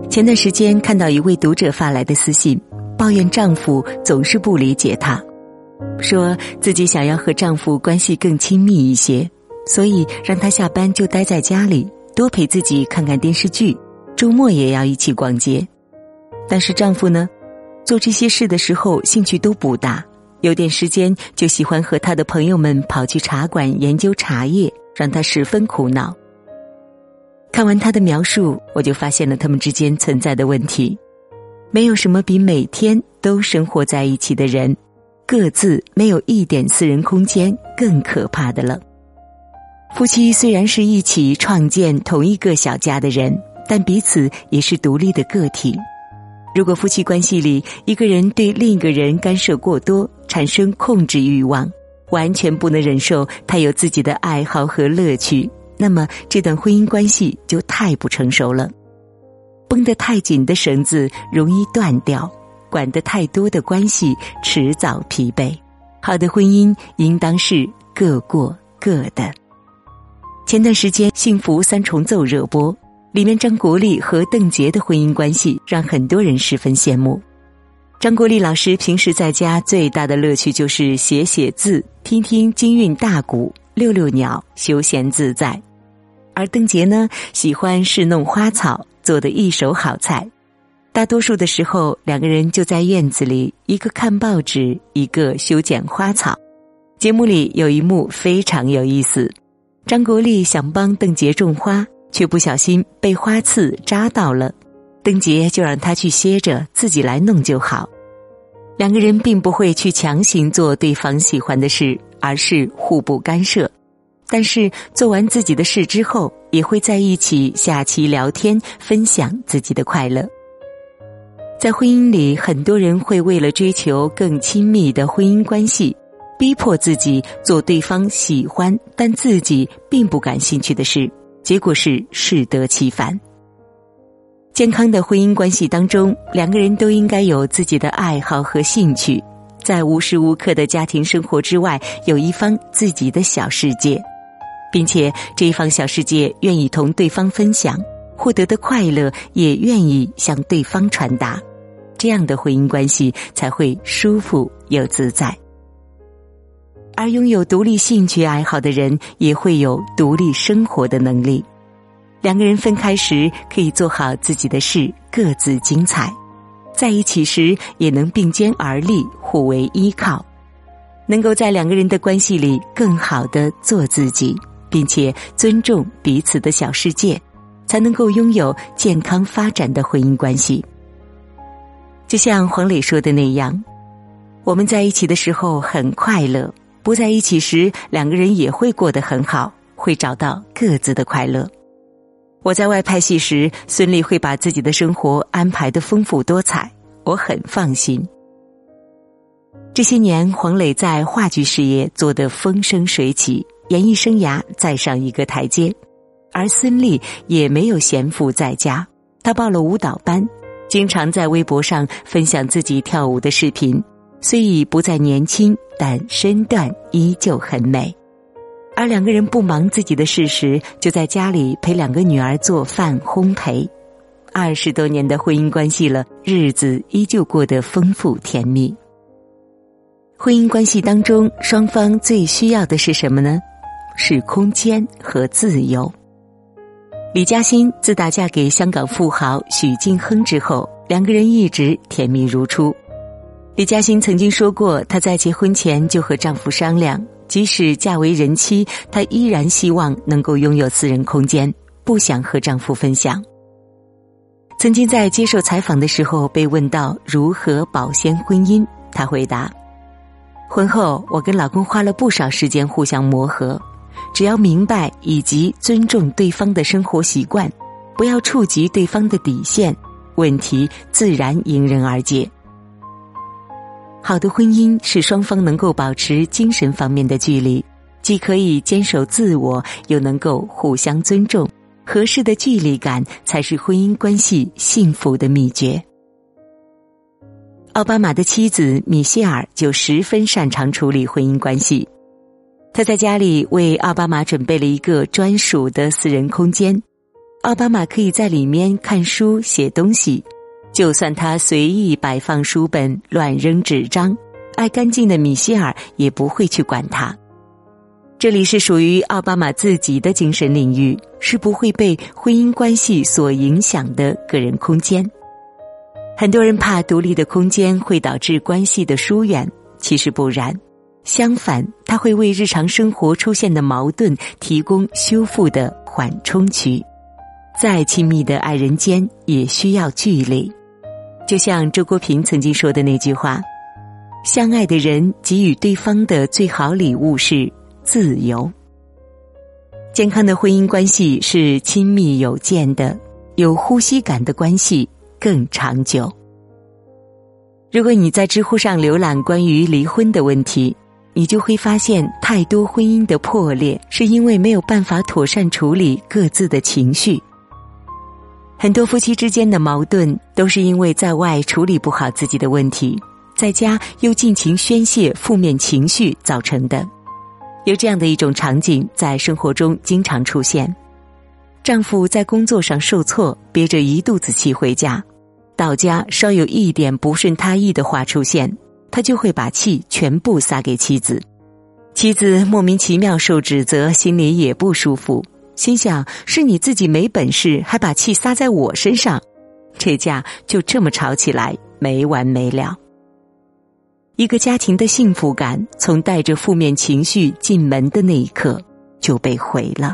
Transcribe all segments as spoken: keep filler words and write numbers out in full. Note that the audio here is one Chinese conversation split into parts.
前段时间看到一位读者发来的私信，抱怨丈夫总是不理解她，说自己想要和丈夫关系更亲密一些，所以让他下班就待在家里，多陪自己看看电视剧，周末也要一起逛街。但是丈夫呢，做这些事的时候兴趣都不大，有点时间就喜欢和他的朋友们跑去茶馆研究茶叶，让他十分苦恼。看完他的描述，我就发现了他们之间存在的问题。没有什么比每天都生活在一起的人，各自没有一点私人空间更可怕的了。夫妻虽然是一起创建同一个小家的人，但彼此也是独立的个体。如果夫妻关系里一个人对另一个人干涉过多，产生控制欲望，完全不能忍受他有自己的爱好和乐趣，那么这段婚姻关系就太不成熟了。绷得太紧的绳子容易断掉，管得太多的关系迟早疲惫。好的婚姻应当是各过各的。前段时间《幸福三重奏》热播，里面张国立和邓婕的婚姻关系让很多人十分羡慕。张国立老师平时在家最大的乐趣就是写写字，听听京韵大鼓，遛遛鸟，休闲自在。而邓婕呢，喜欢侍弄花草，做的一手好菜。大多数的时候，两个人就在院子里，一个看报纸，一个修剪花草。节目里有一幕非常有意思，张国立想帮邓婕种花，却不小心被花刺扎到了，邓婕就让他去歇着，自己来弄就好。两个人并不会去强行做对方喜欢的事，而是互不干涉。但是做完自己的事之后，也会在一起下棋聊天，分享自己的快乐。在婚姻里，很多人会为了追求更亲密的婚姻关系，逼迫自己做对方喜欢但自己并不感兴趣的事，结果是适得其反。健康的婚姻关系当中，两个人都应该有自己的爱好和兴趣，在无时无刻的家庭生活之外，有一方自己的小世界，并且这一方小世界愿意同对方分享，获得的快乐也愿意向对方传达，这样的婚姻关系才会舒服又自在。而拥有独立兴趣爱好的人，也会有独立生活的能力。两个人分开时可以做好自己的事，各自精彩；在一起时也能并肩而立，互为依靠，能够在两个人的关系里更好地做自己，并且尊重彼此的小世界，才能够拥有健康发展的婚姻关系。就像黄磊说的那样，我们在一起的时候很快乐，不在一起时两个人也会过得很好，会找到各自的快乐。我在外拍戏时，孙俪会把自己的生活安排得丰富多彩，我很放心。这些年，黄磊在话剧事业做得风生水起，演艺生涯再上一个台阶，而孙俪也没有闲赋在家，她报了舞蹈班，经常在微博上分享自己跳舞的视频，虽已不再年轻，但身段依旧很美。而两个人不忙自己的事时，就在家里陪两个女儿做饭烘焙。二十多年的婚姻关系了，日子依旧过得丰富甜蜜。婚姻关系当中，双方最需要的是什么呢？是空间和自由。李嘉欣自打嫁给香港富豪许晋亨之后，两个人一直甜蜜如初。李嘉欣曾经说过，她在结婚前就和丈夫商量，即使嫁为人妻，她依然希望能够拥有私人空间，不想和丈夫分享。曾经在接受采访的时候被问到如何保鲜婚姻，她回答，婚后我跟老公花了不少时间互相磨合，只要明白以及尊重对方的生活习惯，不要触及对方的底线，问题自然迎刃而解。好的婚姻是双方能够保持精神方面的距离，既可以坚守自我，又能够互相尊重，合适的距离感才是婚姻关系幸福的秘诀。奥巴马的妻子米歇尔就十分擅长处理婚姻关系，她在家里为奥巴马准备了一个专属的私人空间， 奥巴马可以在里面看书写东西，就算他随意摆放书本乱扔纸张，爱干净的米歇尔也不会去管他。这里是属于奥巴马自己的精神领域，是不会被婚姻关系所影响的个人空间。很多人怕独立的空间会导致关系的疏远，其实不然，相反，它会为日常生活出现的矛盾提供修复的缓冲区。再亲密的爱人间也需要距离。就像周国平曾经说的那句话，相爱的人给予对方的最好礼物是自由。健康的婚姻关系是亲密有间的，有呼吸感的关系更长久。如果你在知乎上浏览关于离婚的问题，你就会发现太多婚姻的破裂是因为没有办法妥善处理各自的情绪。很多夫妻之间的矛盾都是因为在外处理不好自己的问题，在家又尽情宣泄负面情绪造成的。有这样的一种场景在生活中经常出现，丈夫在工作上受挫，憋着一肚子气回家，到家稍有一点不顺他意的话出现，他就会把气全部撒给妻子。妻子莫名其妙受指责，心里也不舒服，心想是你自己没本事，还把气撒在我身上。这架就这么吵起来，没完没了。一个家庭的幸福感从带着负面情绪进门的那一刻就被毁了。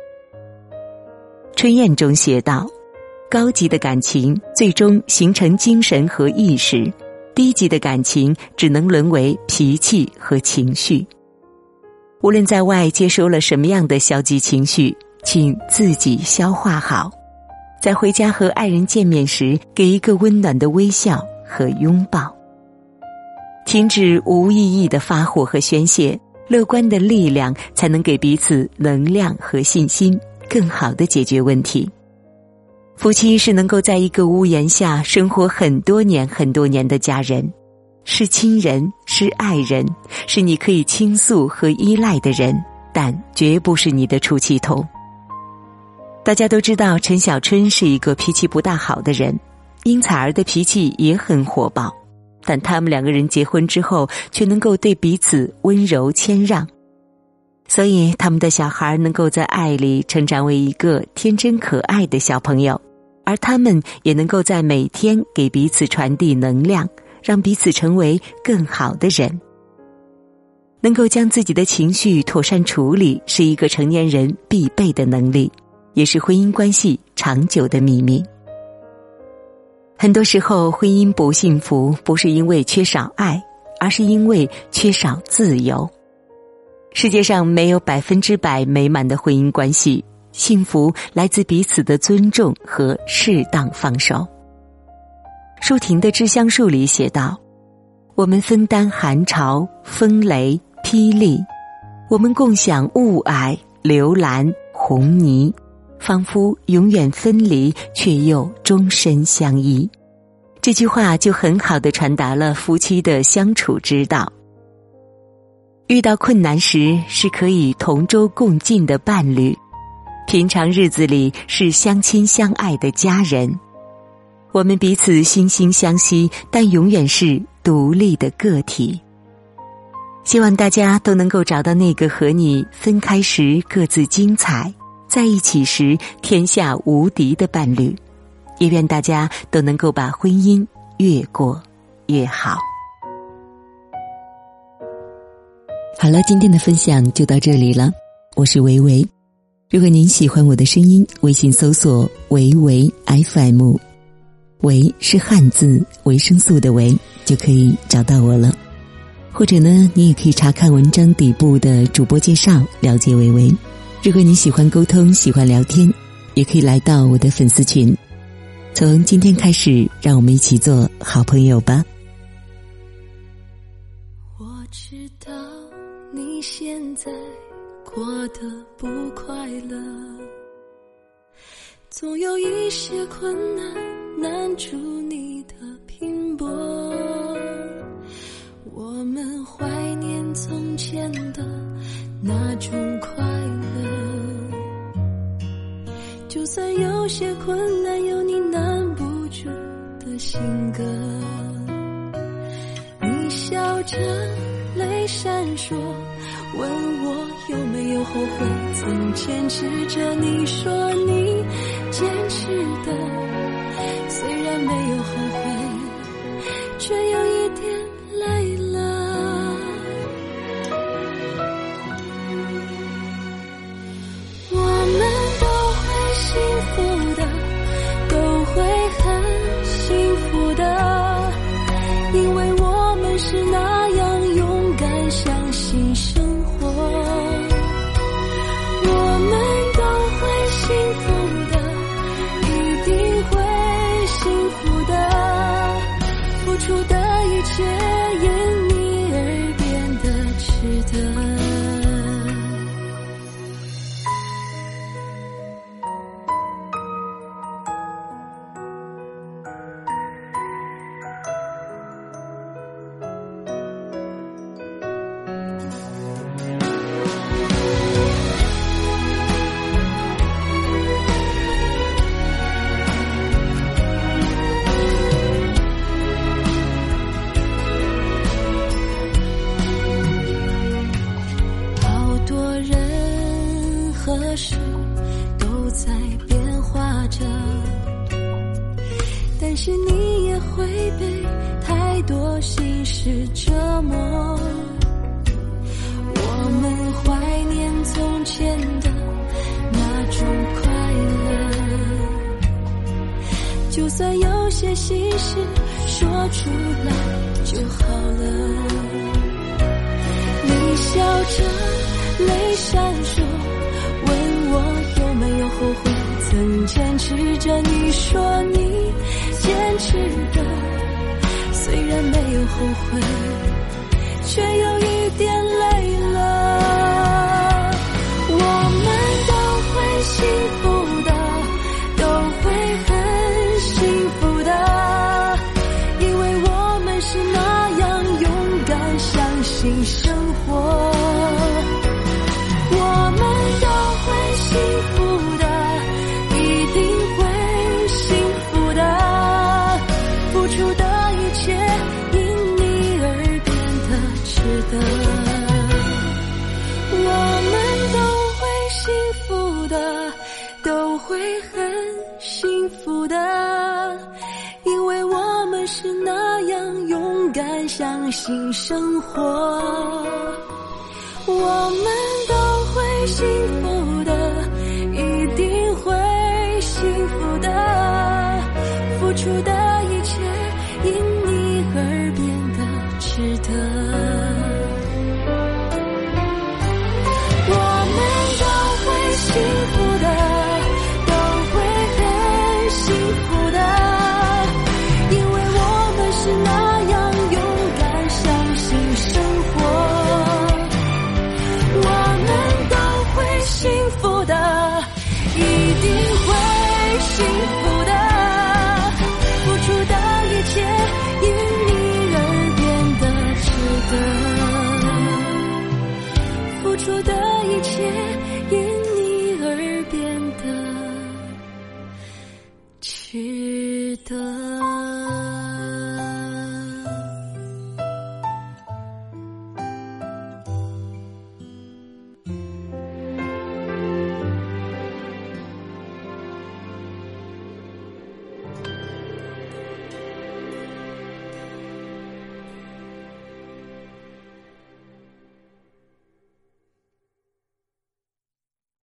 春燕中写道，高级的感情最终形成精神和意识，低级的感情只能沦为脾气和情绪。无论在外接收了什么样的消极情绪，请自己消化好，在回家和爱人见面时，给一个温暖的微笑和拥抱。停止无意义的发火和宣泄，乐观的力量才能给彼此能量和信心，更好地解决问题。夫妻是能够在一个屋檐下生活很多年很多年的家人，是亲人，是爱人，是你可以倾诉和依赖的人，但绝不是你的出气筒。大家都知道陈小春是一个脾气不大好的人，英采儿的脾气也很火爆，但他们两个人结婚之后却能够对彼此温柔谦让，所以他们的小孩能够在爱里成长为一个天真可爱的小朋友，而他们也能够在每天给彼此传递能量，让彼此成为更好的人。能够将自己的情绪妥善处理，是一个成年人必备的能力，也是婚姻关系长久的秘密。很多时候婚姻不幸福，不是因为缺少爱，而是因为缺少自由。世界上没有百分之百美满的婚姻关系，幸福来自彼此的尊重和适当放手。舒婷的《致橡树》里写道，我们分担寒潮、风雷、霹雳，我们共享雾霭、流岚、红泥，仿佛永远分离，却又终身相依。这句话就很好地传达了夫妻的相处之道。遇到困难时是可以同舟共进的伴侣，平常日子里是相亲相爱的家人。我们彼此惺惺相惜，但永远是独立的个体。希望大家都能够找到那个和你分开时各自精彩，在一起时天下无敌的伴侣，也愿大家都能够把婚姻越过越好。好了，今天的分享就到这里了，我是维维。如果您喜欢我的声音，微信搜索维维 F M， 维是汉字维生素的维，就可以找到我了。或者呢，你也可以查看文章底部的主播介绍，了解维维。如果你喜欢沟通，喜欢聊天，也可以来到我的粉丝群。从今天开始，让我们一起做好朋友吧。 我知道你现在过得不快乐，总有一些困难难住你的拼搏。我们怀念从前的那种快乐， 就算有些困难有你难不住的性格。你笑着泪闪烁，问我有没有后悔，曾坚持着你说你坚持的，虽然没有后悔，却有一点累了。我们都会幸福的，都会很幸福的，因为我们是那样勇敢相信生活。我们都会幸福的，一定会幸福的，付出的一切因你而变得值得。何时都在变化着，但是你也会被太多心事折磨。我们怀念从前的那种快乐，就算有些心事说出来就好了。你笑着泪闪烁，问我有没有后悔，曾坚持着你说你坚持的，虽然没有后悔，却有一点累了。我们都会幸福的，都会很幸福的，因为我们是那样勇敢相信生活。我们都会幸福的，一定会幸福的，付出的一切因你而变得值得。我们都会幸福的，都会很幸福的，因为我们是那样勇敢相信生活。我们都会幸福的，一定会幸福的，付出的